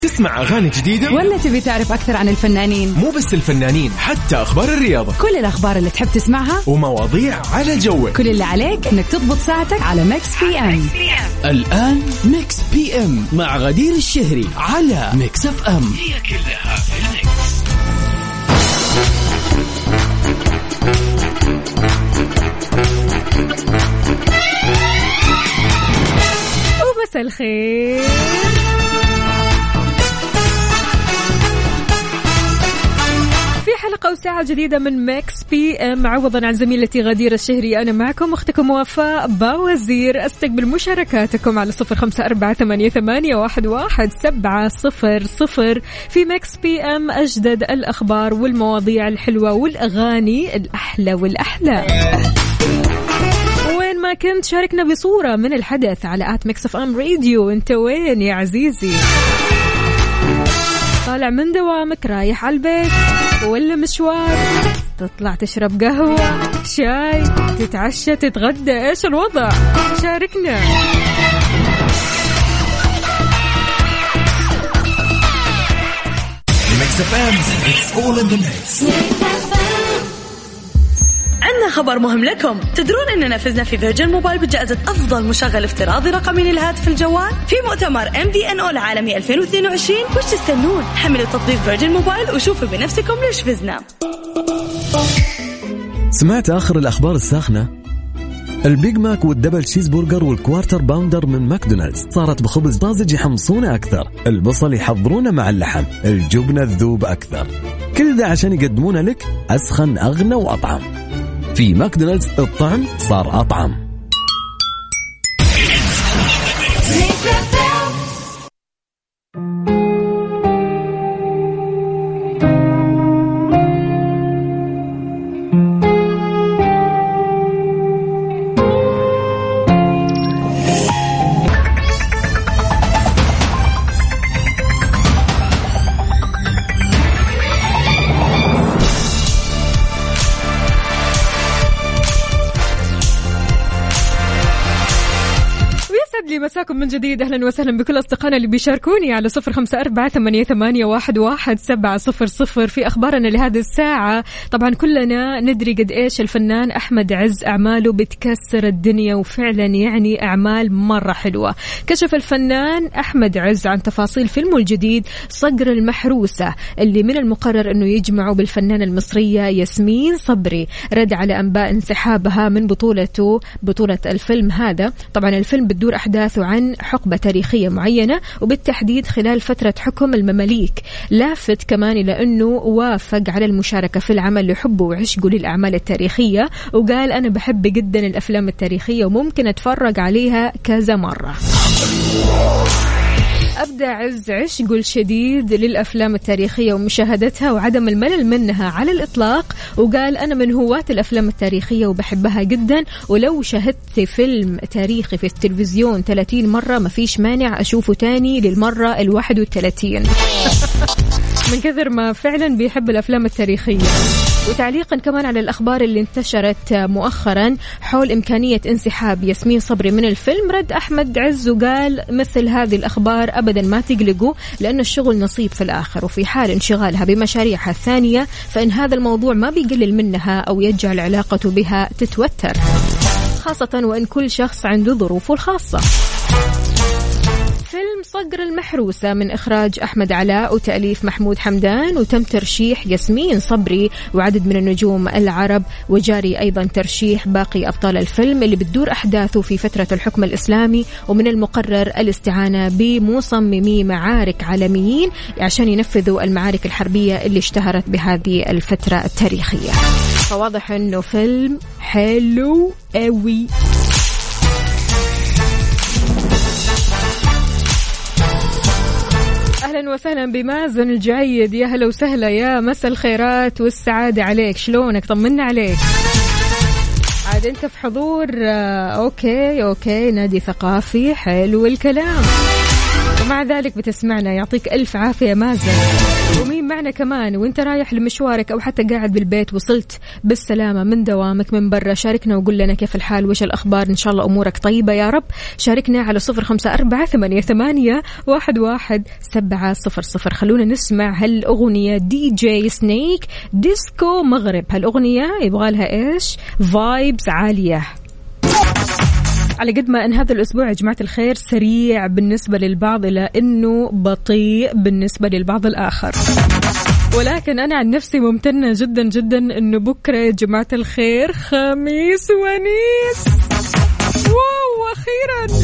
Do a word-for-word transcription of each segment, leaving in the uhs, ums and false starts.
تسمع أغاني جديدة ولا تبي تعرف أكثر عن الفنانين؟ مو بس الفنانين، حتى أخبار الرياضة، كل الأخبار اللي تحب تسمعها ومواضيع على جوك. كل اللي عليك إنك تضبط ساعتك على ميكس بي ام. الآن ميكس بي ام مع غدير الشهري على ميكس اف ام. هي كلها في الميكس. ومساء الخير، في حلقة وساعة جديدة من ميكس بي ام. عوضا عن زميلتي غدير الشهري، أنا معكم أختكم وفاء باوزير. أستقبل مشاركاتكم على صفر خمسة أربعة ثمانية ثمانية واحد واحد سبعة صفر صفر في ميكس بي ام. أجدد الأخبار والمواضيع الحلوة والأغاني الأحلى والأحلى. وين ما كنت شاركنا بصورة من الحدث على آت ميكس اف ام راديو. انت وين يا عزيزي؟ طالع من دوامك رايح على البيت ولا مشوار؟ تطلع تشرب قهوة، شاي، تتعشى، تتغدى، ايش الوضع؟ شاركنا. عندنا خبر مهم لكم. تدرون أننا فزنا في فيرجن موبايل بجائزة أفضل مشغل افتراضي رقمي للهاتف الجوال في مؤتمر إم في إن أو العالمي ألفين واثنين وعشرين. وش تستنون؟ حملوا تطبيق فيرجن موبايل وشوفوا بنفسكم ليش فزنا. سمعت آخر الأخبار الساخنة؟ البيج ماك والدبل تشيز برجر والكوارتر باوندر من ماكدونالدز صارت بخبز طازج يحمصونه أكثر، البصل يحضرونه مع اللحم، الجبنة تذوب أكثر. كل ده عشان يقدمونه لك أسخن، أغنى وأطعم. في ماكدونالدز الطعم صار أطعم. مساكم من جديد. أهلا وسهلا بكل أصدقائنا اللي بيشاركوني على صفر خمسة أربعة ثمانية ثمانية واحد واحد سبعة صفر صفر في أخبارنا لهذه الساعة. طبعا كلنا ندري قد إيش الفنان أحمد عز أعماله بتكسر الدنيا، وفعلا يعني أعمال مرة حلوة. كشف الفنان أحمد عز عن تفاصيل فيلمه الجديد صقر المحروسة، اللي من المقرر أنه يجمعه بالفنانة المصرية ياسمين صبري، رد على أنباء انسحابها من بطولته بطولة الفيلم هذا. طبعا الفيلم بتدور أحداث عن حقبة تاريخية معينة، وبالتحديد خلال فترة حكم المماليك. لافت كمان إلى أنه وافق على المشاركة في العمل لحبه وعشقه للأعمال التاريخية، وقال أنا بحب جدا الأفلام التاريخية وممكن أتفرج عليها كذا مرة. أبدأ عز عشقه الشديد للأفلام التاريخية ومشاهدتها وعدم الملل منها على الإطلاق، وقال أنا من هواة الأفلام التاريخية وبحبها جدا، ولو شاهدت فيلم تاريخي في التلفزيون ثلاثين مرة ما فيش مانع أشوفه تاني للمرة الواحد والثلاثين. من كثر ما فعلا بيحب الأفلام التاريخية. وتعليقا كمان على الأخبار اللي انتشرت مؤخرا حول إمكانية انسحاب ياسمين صبري من الفيلم، رد أحمد عز وقال مثل هذه الأخبار أبدا ما تقلقوا، لأن الشغل نصيب في الآخر، وفي حال انشغالها بمشاريعها الثانية فإن هذا الموضوع ما بيقلل منها أو يجعل علاقته بها تتوتر، خاصة وإن كل شخص عنده ظروفه الخاصة. فيلم صقر المحروسة من إخراج أحمد علاء وتأليف محمود حمدان، وتم ترشيح ياسمين صبري وعدد من النجوم العرب، وجاري أيضا ترشيح باقي أبطال الفيلم اللي بتدور أحداثه في فترة الحكم الإسلامي، ومن المقرر الاستعانة بمصممي معارك عالميين عشان ينفذوا المعارك الحربية اللي اشتهرت بهذه الفترة التاريخية. فواضح أنه فيلم حلو قوي. أهلا وسهلا بمازن الجيد، يا هلا وسهلا، يا مساء الخيرات والسعادة عليك. شلونك؟ طمنا عليك. عاد أنت في حضور؟ أوكي أوكي نادي ثقافي، حلو الكلام. ومع ذلك بتسمعنا. يعطيك ألف عافية مازن. ومين معنا كمان وانت رايح لمشوارك أو حتى قاعد بالبيت وصلت بالسلامة من دوامك من برا، شاركنا وقول لنا كيف الحال وش الأخبار. إن شاء الله أمورك طيبة يا رب. شاركنا على صفر خمسة أربعة ثمانية ثمانية واحد واحد سبعة صفر صفر. خلونا نسمع هالأغنية دي جي سنيك ديسكو مغرب. هالأغنية يبغى لها إيش؟ فايبس عالية. على قد ما أن هذا الأسبوع يا جماعة الخير سريع بالنسبة للبعض إلى أنه بطيء بالنسبة للبعض الآخر، ولكن أنا عن نفسي ممتنة جدا جدا أنه بكرة يا جماعة الخير خميس ونيس. واو أخيرا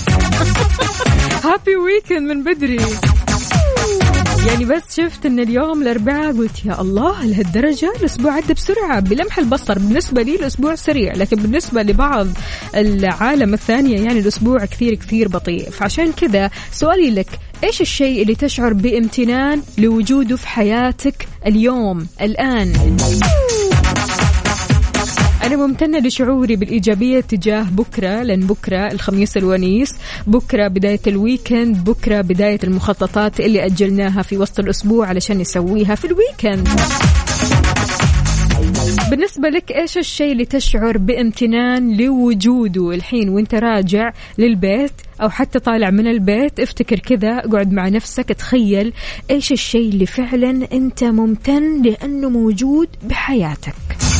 هابي ويكند من بدري. يعني بس شفت ان اليوم الاربعاء قلت يا الله لهالدرجة الاسبوع عدى بسرعة بلمح البصر. بالنسبة لي الاسبوع سريع، لكن بالنسبة لبعض العالم الثانية يعني الاسبوع كثير كثير بطيء. فعشان كذا سؤالي لك، ايش الشيء اللي تشعر بامتنان لوجوده في حياتك اليوم الآن؟ أنا ممتنة لشعوري بالإيجابية تجاه بكرة، لأن بكرة الخميس الونيس، بكرة بداية الويكند، بكرة بداية المخططات اللي أجلناها في وسط الأسبوع علشان نسويها في الويكند. بالنسبة لك إيش الشيء اللي تشعر بامتنان لوجوده الحين وانت راجع للبيت أو حتى طالع من البيت؟ افتكر كذا، قعد مع نفسك، تخيل إيش الشيء اللي فعلا انت ممتن لأنه موجود بحياتك.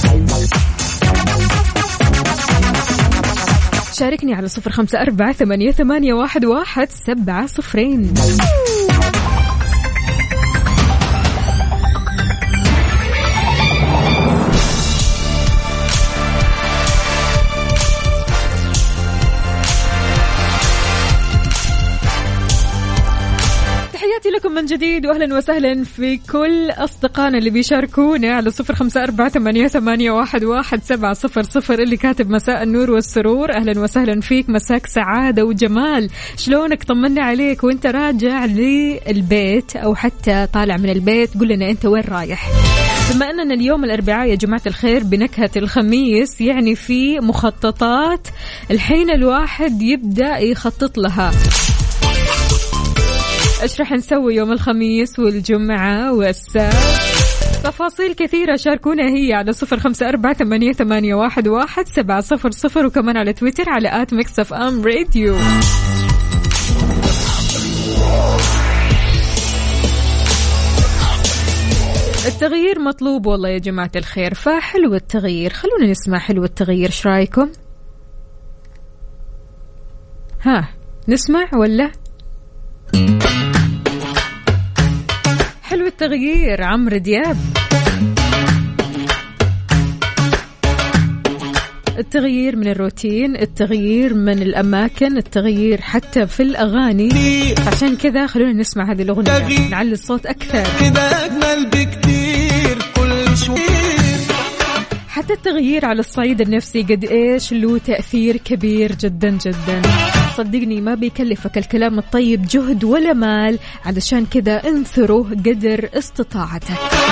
شاركني على صفر خمسة أربعة ثمانية ثمانية واحد واحد سبعة صفرين. تحياتي لكم من جديد وأهلا وسهلا في كل أصدقائنا اللي بيشاركونا على صفر خمسة أربعة ثمانية ثمانية واحد واحد سبعة صفر صفر. اللي كاتب مساء النور والسرور، أهلا وسهلا فيك، مساك سعادة وجمال. شلونك؟ طمنا عليك وانت راجع للبيت أو حتى طالع من البيت، قل لنا انت وين رايح. بما أننا اليوم الأربعاء يا جماعة الخير بنكهة الخميس، يعني في مخططات الحين الواحد يبدأ يخطط لها. إيش رح نسوي يوم الخميس والجمعة والسبت؟ تفاصيل كثيرة شاركونا هي على صفر خمسة أربعة ثمانية ثمانية واحد واحد سبعة صفر صفر، وكمان على تويتر على آت ميكس أف أم راديو. التغيير مطلوب والله يا جماعة الخير، فحلو التغيير. خلونا نسمع حلو التغيير، ايش رايكم؟ ها نسمع ولا؟ حلو التغيير عمرو دياب. التغيير من الروتين، التغيير من الأماكن، التغيير حتى في الأغاني. عشان كذا خلونا نسمع هذه الأغنية، نعلي الصوت أكثر. حتى التغيير على الصعيد النفسي قد إيش له تأثير كبير جدا جدا. صدقني ما بيكلفك الكلام الطيب جهد ولا مال، علشان كذا انثره قدر استطاعتك.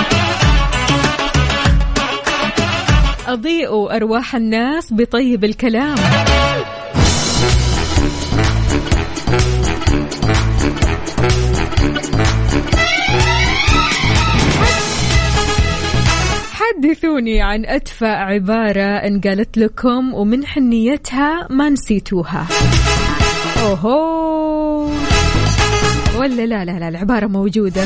أضيئوا أرواح الناس بطيب الكلام. حدثوني عن أدفع عبارة إن قالت لكم ومن حنيتها ما نسيتوها. أوهو ولا لا لا لا العبارة موجودة.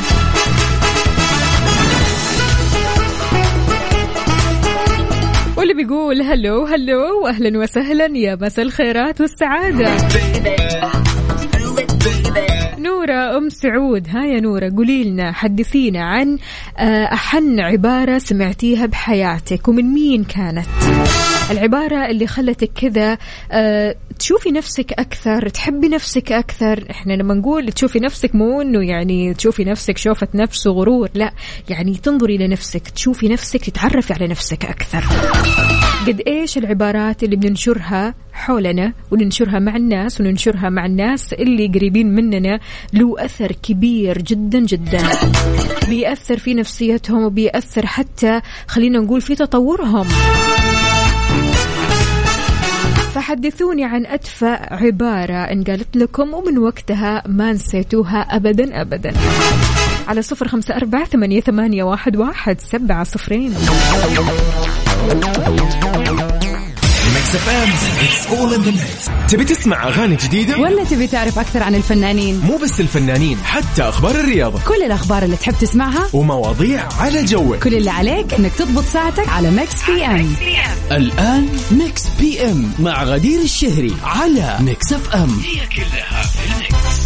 واللي بيقول هلو هلو وأهلا وسهلا، يا مساء الخيرات والسعادة. نورة أم سعود، ها يا نورة قولي لنا، حدثينا عن أحن عبارة سمعتيها بحياتك ومن مين كانت العبارة اللي خلتك كذا أه تشوفي نفسك أكثر، تحبي نفسك أكثر. إحنا لما نقول تشوفي نفسك مو إنه يعني تشوفي نفسك شوفة نفس وغرور، لا يعني تنظري لنفسك، تشوفي نفسك، تتعرفي على نفسك أكثر. قد إيش العبارات اللي بننشرها حولنا وننشرها مع الناس وننشرها مع الناس اللي قريبين مننا له أثر كبير جدا جدا، بيأثر في نفسيتهم وبيأثر حتى خلينا نقول في تطورهم. وحدثوني عن أدفأ عبارة إن قالت لكم ومن وقتها ما نسيتوها أبدا أبدا. على صفر خمسة أربعة ثمانية ثمانية واحد واحد سبعة صفرين. تبي تسمع أغاني جديدة ولا تبي تعرف أكثر عن الفنانين؟ مو بس الفنانين، حتى أخبار الرياضة، كل الأخبار اللي تحب تسمعها ومواضيع على جوك. كل اللي عليك إنك تضبط ساعتك على ميكس بي أم. الآن ميكس بي أم مع غدير الشهري على ميكس اف ام. هي كلها في الميكس.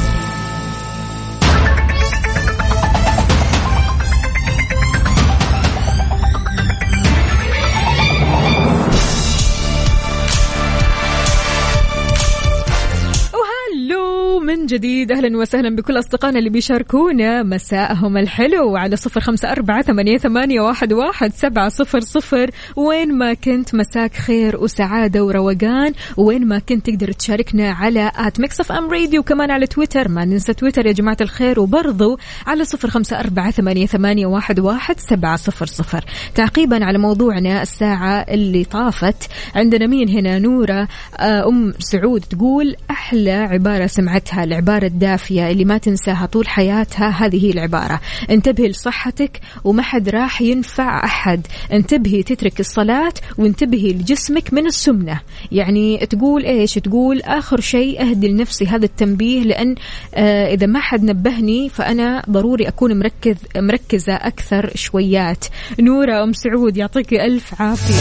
من جديد أهلا وسهلا بكل أصدقائنا اللي بيشاركونا مساءهم الحلو على صفر خمسة أربعة ثمانية ثمانية واحد واحد سبعة صفر صفر. وين ما كنت مساك خير وسعادة وروقان، وين ما كنت تقدر تشاركنا على آت ميكس اف ام راديو، وكمان على تويتر، ما ننسى تويتر يا جماعة الخير، وبرضو على صفر خمسة أربعة ثمانية ثمانية واحد واحد سبعة صفر صفر. تعقيبا على موضوعنا الساعة اللي طافت، عندنا مين هنا؟ نورة أم سعود تقول أحلى عبارة سمعتها، العبارة الدافية اللي ما تنساها طول حياتها، هذه هي العبارة: انتبهي لصحتك وما حد راح ينفع أحد، انتبهي تترك الصلاة وانتبهي لجسمك من السمنة. يعني تقول إيش؟ تقول آخر شيء أهدي لنفسي هذا التنبيه، لأن آه إذا ما حد نبهني فأنا ضروري أكون مركز مركزة أكثر شويات. نورة أم سعود يعطيك ألف عافية.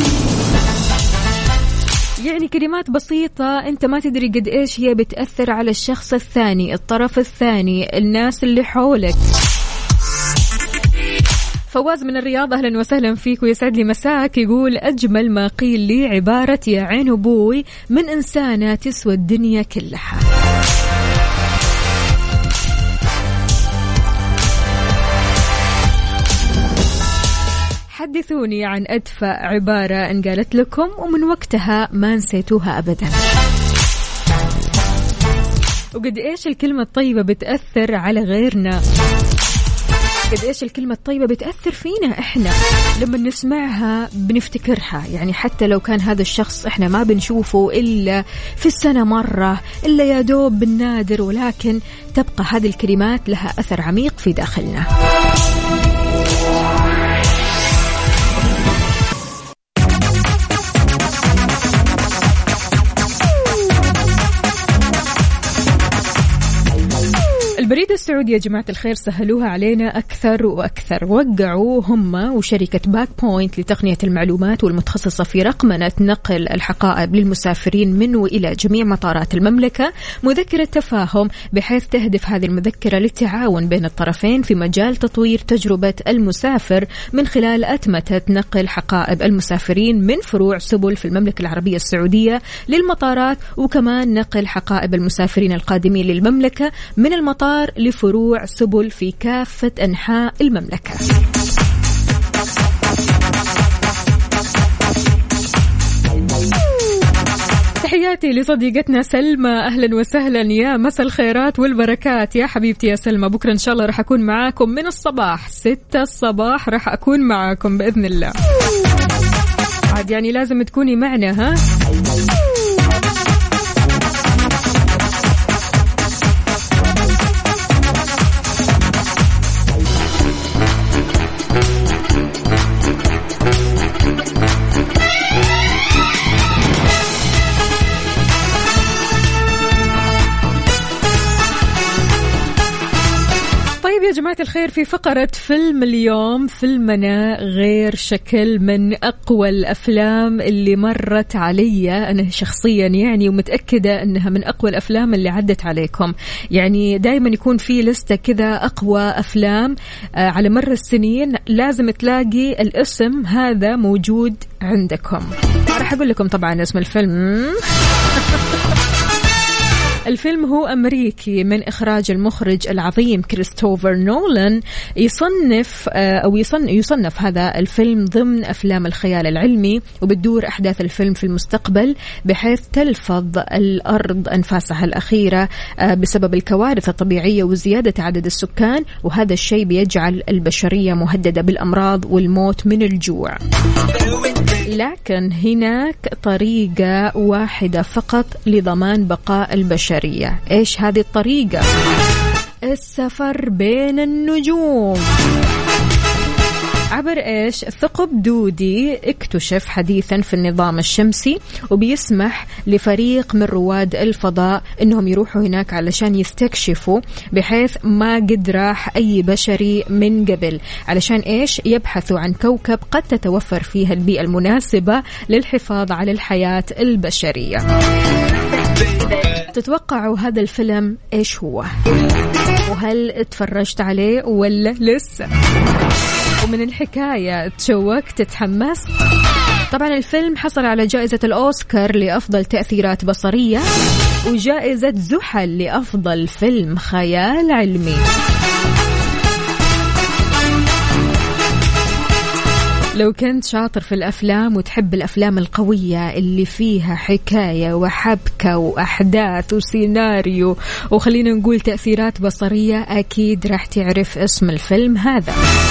يعني كلمات بسيطة أنت ما تدري قد إيش هي بتأثر على الشخص الثاني، الطرف الثاني، الناس اللي حولك. فواز من الرياض أهلا وسهلا فيك ويسعد لي مساك، يقول أجمل ما قيل لي عبارة يا عين أبوي من إنسانة تسوى الدنيا كلها. حدثوني عن أدفأ عبارة إن قالت لكم ومن وقتها ما نسيتوها أبدا. وقد إيش الكلمة الطيبة بتأثر على غيرنا، قد إيش الكلمة الطيبة بتأثر فينا إحنا لما نسمعها بنفتكرها. يعني حتى لو كان هذا الشخص إحنا ما بنشوفه إلا في السنة مرة، إلا يا دوب بالنادر، ولكن تبقى هذه الكلمات لها أثر عميق في داخلنا. البريد السعودي يا جماعة الخير سهلوها علينا أكثر وأكثر، وقعوا هم وشركة باك بوينت لتقنية المعلومات والمتخصصة في رقمنة نقل الحقائب للمسافرين من وإلى جميع مطارات المملكة مذكرة تفاهم، بحيث تهدف هذه المذكرة للتعاون بين الطرفين في مجال تطوير تجربة المسافر من خلال أتمتة نقل حقائب المسافرين من فروع سبل في المملكة العربية السعودية للمطارات، وكمان نقل حقائب المسافرين القادمين للمملكة من المطار لفروع سبل في كافة أنحاء المملكة. تحياتي لصديقتنا سلمى، أهلا وسهلا، يا مساء الخيرات والبركات يا حبيبتي يا سلمى. بكرة إن شاء الله راح أكون معاكم من الصباح ستة الصباح، راح أكون معاكم بإذن الله. عاد يعني لازم تكوني معنا ها. يا جماعة الخير، في فقرة فيلم اليوم، فيلمنا غير شكل من أقوى الأفلام اللي مرت علي أنا شخصيا يعني، ومتأكدة أنها من أقوى الأفلام اللي عدت عليكم. يعني دايما يكون في لستة كذا أقوى أفلام على مر السنين، لازم تلاقي الاسم هذا موجود عندكم. راح أقول لكم طبعا اسم الفيلم. الفيلم هو أمريكي من إخراج المخرج العظيم كريستوفر نولان. يصنف أو يصنف, يصنف هذا الفيلم ضمن أفلام الخيال العلمي، وبتدور أحداث الفيلم في المستقبل، بحيث تلفظ الأرض أنفاسها الأخيرة بسبب الكوارث الطبيعية وزيادة عدد السكان، وهذا الشيء بيجعل البشرية مهددة بالأمراض والموت من الجوع. لكن هناك طريقة واحدة فقط لضمان بقاء البشرية. إيش هذه الطريقة؟ السفر بين النجوم. عبر إيش؟ ثقب دودي اكتشف حديثا في النظام الشمسي، وبيسمح لفريق من رواد الفضاء انهم يروحوا هناك علشان يستكشفوا، بحيث ما قد راح اي بشري من قبل. علشان ايش؟ يبحثوا عن كوكب قد تتوفر فيه البيئة المناسبة للحفاظ على الحياة البشرية. تتوقعوا هذا الفيلم ايش هو؟ وهل اتفرجت عليه ولا لسه؟ ومن الحكاية تشوقت تتحمست؟ طبعا الفيلم حصل على جائزة الأوسكار لأفضل تأثيرات بصرية، وجائزة زحل لأفضل فيلم خيال علمي. لو كنت شاطر في الأفلام وتحب الأفلام القوية اللي فيها حكاية وحبكة وأحداث وسيناريو وخلينا نقول تأثيرات بصرية، أكيد راح تعرف اسم الفيلم هذا.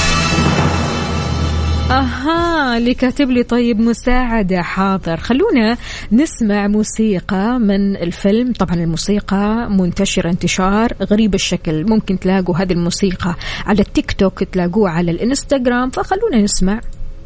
أها، اللي كاتب لي طيب مساعدة، حاضر. خلونا نسمع موسيقى من الفيلم. طبعا الموسيقى منتشرة انتشار غريب الشكل، ممكن تلاقوا هذه الموسيقى على التيك توك، تلاقوها على الانستغرام، فخلونا نسمع.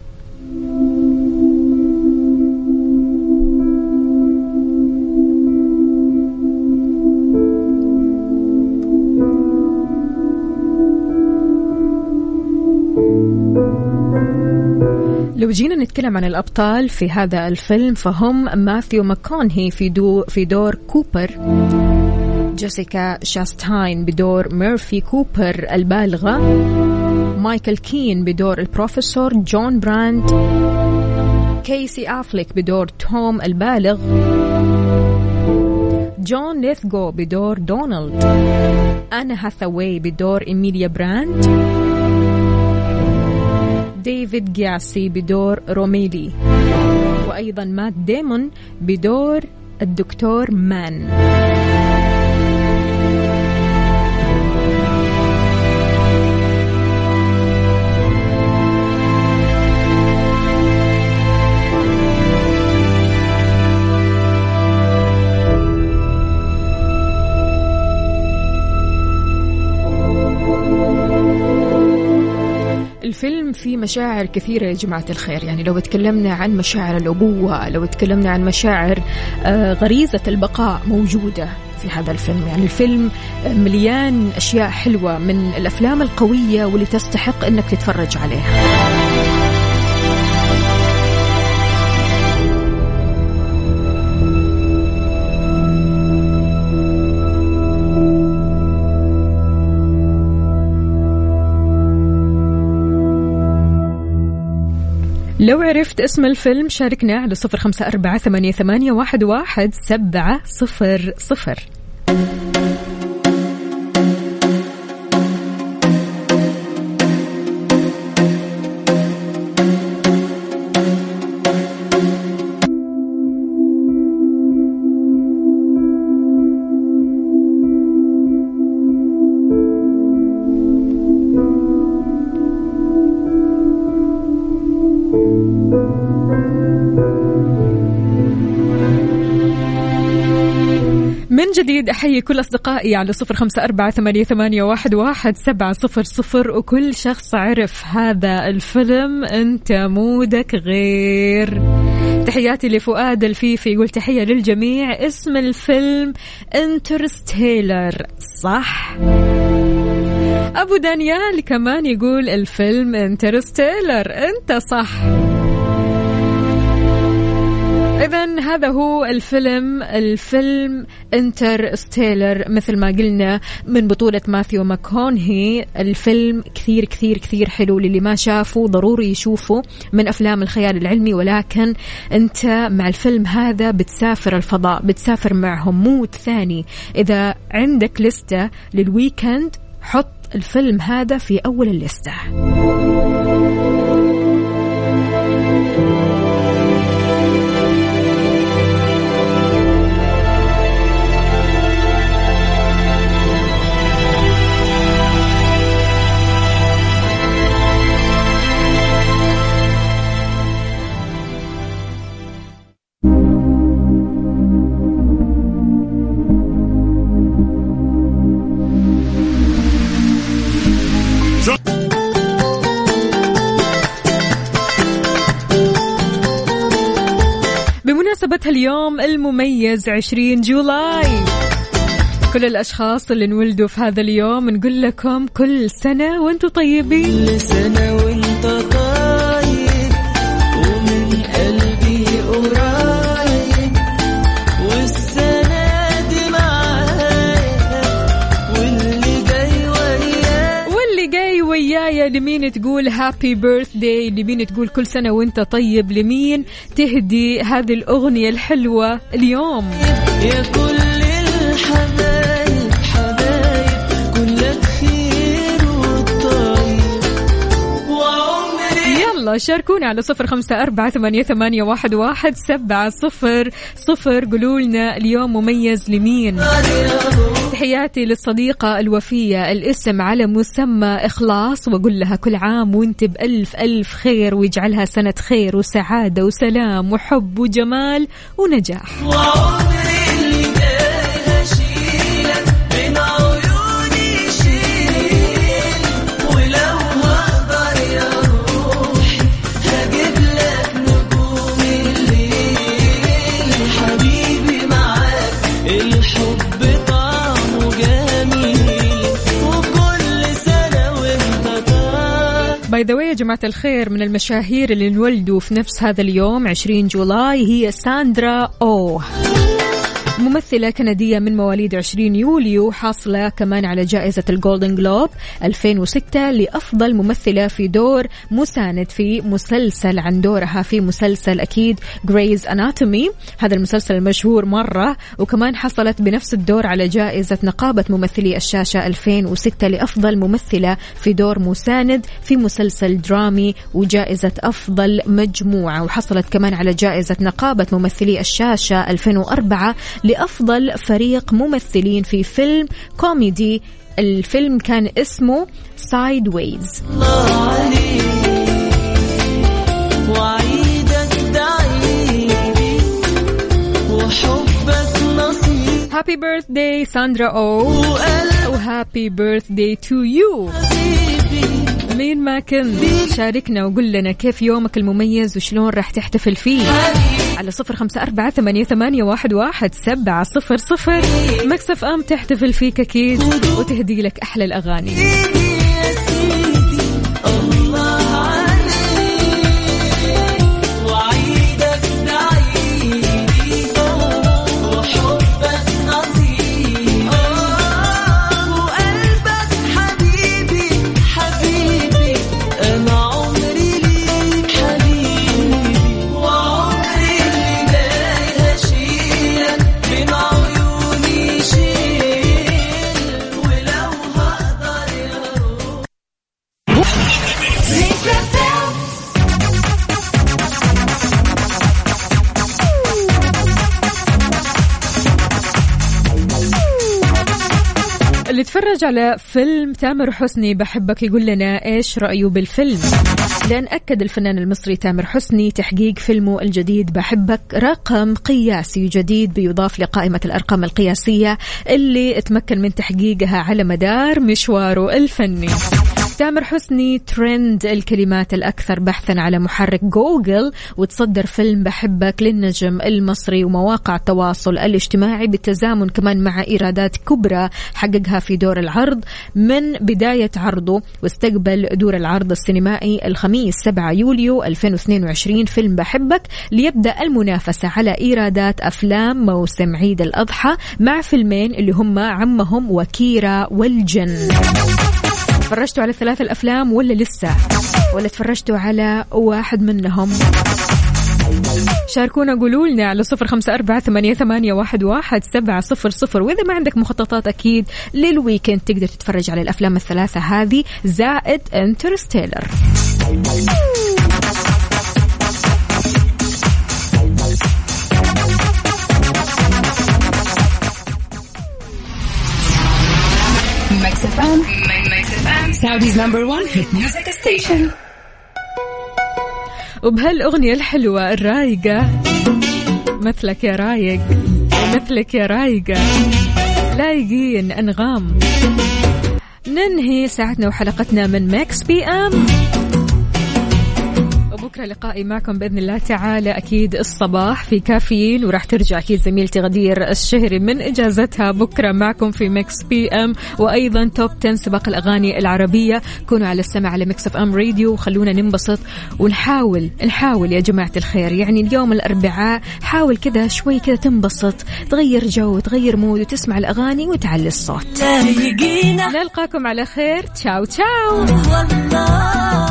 لو جينا نتكلم عن الأبطال في هذا الفيلم فهم ماثيو ماكونهي في, دو في دور كوبر، جيسيكا شاستاين بدور ميرفي كوبر البالغة، مايكل كين بدور البروفيسور جون براند، كيسي أفليك بدور توم البالغ، جون ليثغو بدور دونالد، أنا هاثاواي بدور إيميليا براند، ديفيد جياسي بدور روميلي، وأيضا مات ديمون بدور الدكتور مان. الفيلم فيه مشاعر كثيرة يا جماعة الخير. يعني لو تكلمنا عن مشاعر الأبوة، لو تكلمنا عن مشاعر غريزة البقاء موجودة في هذا الفيلم. يعني الفيلم مليان أشياء حلوة، من الأفلام القوية واللي تستحق أنك تتفرج عليها. لو عرفت اسم الفيلم شاركنا على صفر خمسة أربعة ثمانية ثمانية واحد واحد سبعة صفر صفر. من جديد أحيي كل أصدقائي على صفر خمسة أربعة ثمانية ثمانية واحد واحد سبعة صفر صفر. وكل شخص عرف هذا الفيلم أنت مودك غير. تحياتي لفؤاد الفيفي، يقول تحية للجميع. اسم الفيلم انترستيلر، صح؟ أبو دانيال كمان يقول الفيلم انترستيلر، أنت صح. إذن هذا هو الفيلم الفيلم انترستيلر مثل ما قلنا، من بطولة ماثيو ماكونهي. الفيلم كثير كثير كثير حلو، للي ما شافه ضروري يشوفه، من أفلام الخيال العلمي. ولكن أنت مع الفيلم هذا بتسافر الفضاء، بتسافر معهم مود ثاني. إذا عندك لستة للويكند حط الفيلم هذا في أول اللستة. بمناسبة اليوم المميز عشرين جولاي، كل الأشخاص اللي انولدوا في هذا اليوم نقول لكم كل سنة وانتم طيبين. كل سنة وانت طيب ومن قلبي قريب، والسنة دي معايا واللي جاي وياي. واللي جاي ويايا لمين تقول هابي بيرثداي، لمين تقول كل سنة وانت طيب، لمين تهدي هذه الأغنية الحلوة اليوم. يا كل الحبايب حبايب كلك خير والطيب وعمري. يلا شاركونا على صفر خمسة أربعة ثمانية ثمانية واحد واحد سبعة صفر صفر، قولوا لنا اليوم مميز لمين. تحياتي للصديقة الوفية الاسم على مسمى إخلاص، وأقول لها كل عام وانت بألف ألف خير، ويجعلها سنة خير وسعادة وسلام وحب وجمال ونجاح. باي ذا واي يا جماعة الخير، من المشاهير اللي انولدوا في نفس هذا اليوم عشرين جولاي هي ساندرا أو، ممثلة كندية من مواليد عشرين يوليو، حاصلة كمان على جائزة الجولدن جلوب ألفين وستة لأفضل ممثلة في دور مساند في مسلسل عن دورها في مسلسل أكيد Grey's Anatomy، هذا المسلسل المشهور مرة. وكمان حصلت بنفس الدور على جائزة نقابة ممثلي الشاشة ألفين وستة لأفضل ممثلة في دور مساند في مسلسل درامي، وجائزة أفضل مجموعة. وحصلت كمان على جائزة نقابة ممثلي الشاشة ألفين وأربعة لأفضل فريق ممثلين في فيلم كوميدي، الفيلم كان اسمه Sideways. Happy birthday Sandra Oh, وهابي birthday to you. مين ما كنت شاركنا وقل لنا كيف يومك المميز وشلون راح تحتفل فيه على صفر خمسة أربعة ثمانية ثمانية واحد واحد سبعة صفر صفر. مكسف أم تحتفل فيك أكيد وتهدي لك أحلى الأغاني. اللي تفرج على فيلم تامر حسني بحبك يقول لنا إيش رأيه بالفيلم، لأن أكد الفنان المصري تامر حسني تحقيق فيلمه الجديد بحبك رقم قياسي جديد بيضاف لقائمة الأرقام القياسية اللي اتمكن من تحقيقها على مدار مشواره الفني. تامر حسني ترند الكلمات الأكثر بحثا على محرك جوجل، وتصدر فيلم بحبك للنجم المصري ومواقع التواصل الاجتماعي بالتزامن كمان مع إيرادات كبرى حققها في دور العرض من بداية عرضه، واستقبل دور العرض السينمائي الخميس سبعة يوليو ألفين واثنين وعشرين فيلم بحبك ليبدأ المنافسة على إيرادات أفلام موسم عيد الأضحى مع فيلمين اللي هم عمهم وكيرة والجن. تفرجتوا على ثلاث الأفلام ولا لسه، ولا تفرجتوا على واحد منهم؟ شاركونا قولوا لنا على صفر خمسة أربعة ثمانية ثمانية واحد واحد سبعة صفر صفر. وإذا ما عندك مخططات أكيد للويكند تقدر تتفرج على الأفلام الثلاثة هذه زائد انترستيلر. Mix إف إم Saudi's number one hit music station. وبهالأغنية الحلوة الرايقة مثلك يا رايق مثلك يا رايقة لايقين أنغام ننهي ساعتنا وحلقتنا من ميكس بي أم. بكرة لقائي معكم بإذن الله تعالى أكيد الصباح في كافيين، وراح ترجع أكيد زميلتي غدير الشهري من إجازتها بكرة معكم في ميكس بي أم، وأيضا توب عشرة سباق الأغاني العربية. كونوا على السمع على ميكس أف أم راديو وخلونا ننبسط ونحاول نحاول يا جماعة الخير. يعني اليوم الأربعاء حاول كذا شوي كذا تنبسط، تغير جو، تغير مود، وتسمع الأغاني وتعلي الصوت. نلقاكم على خير. تشاو تشاو.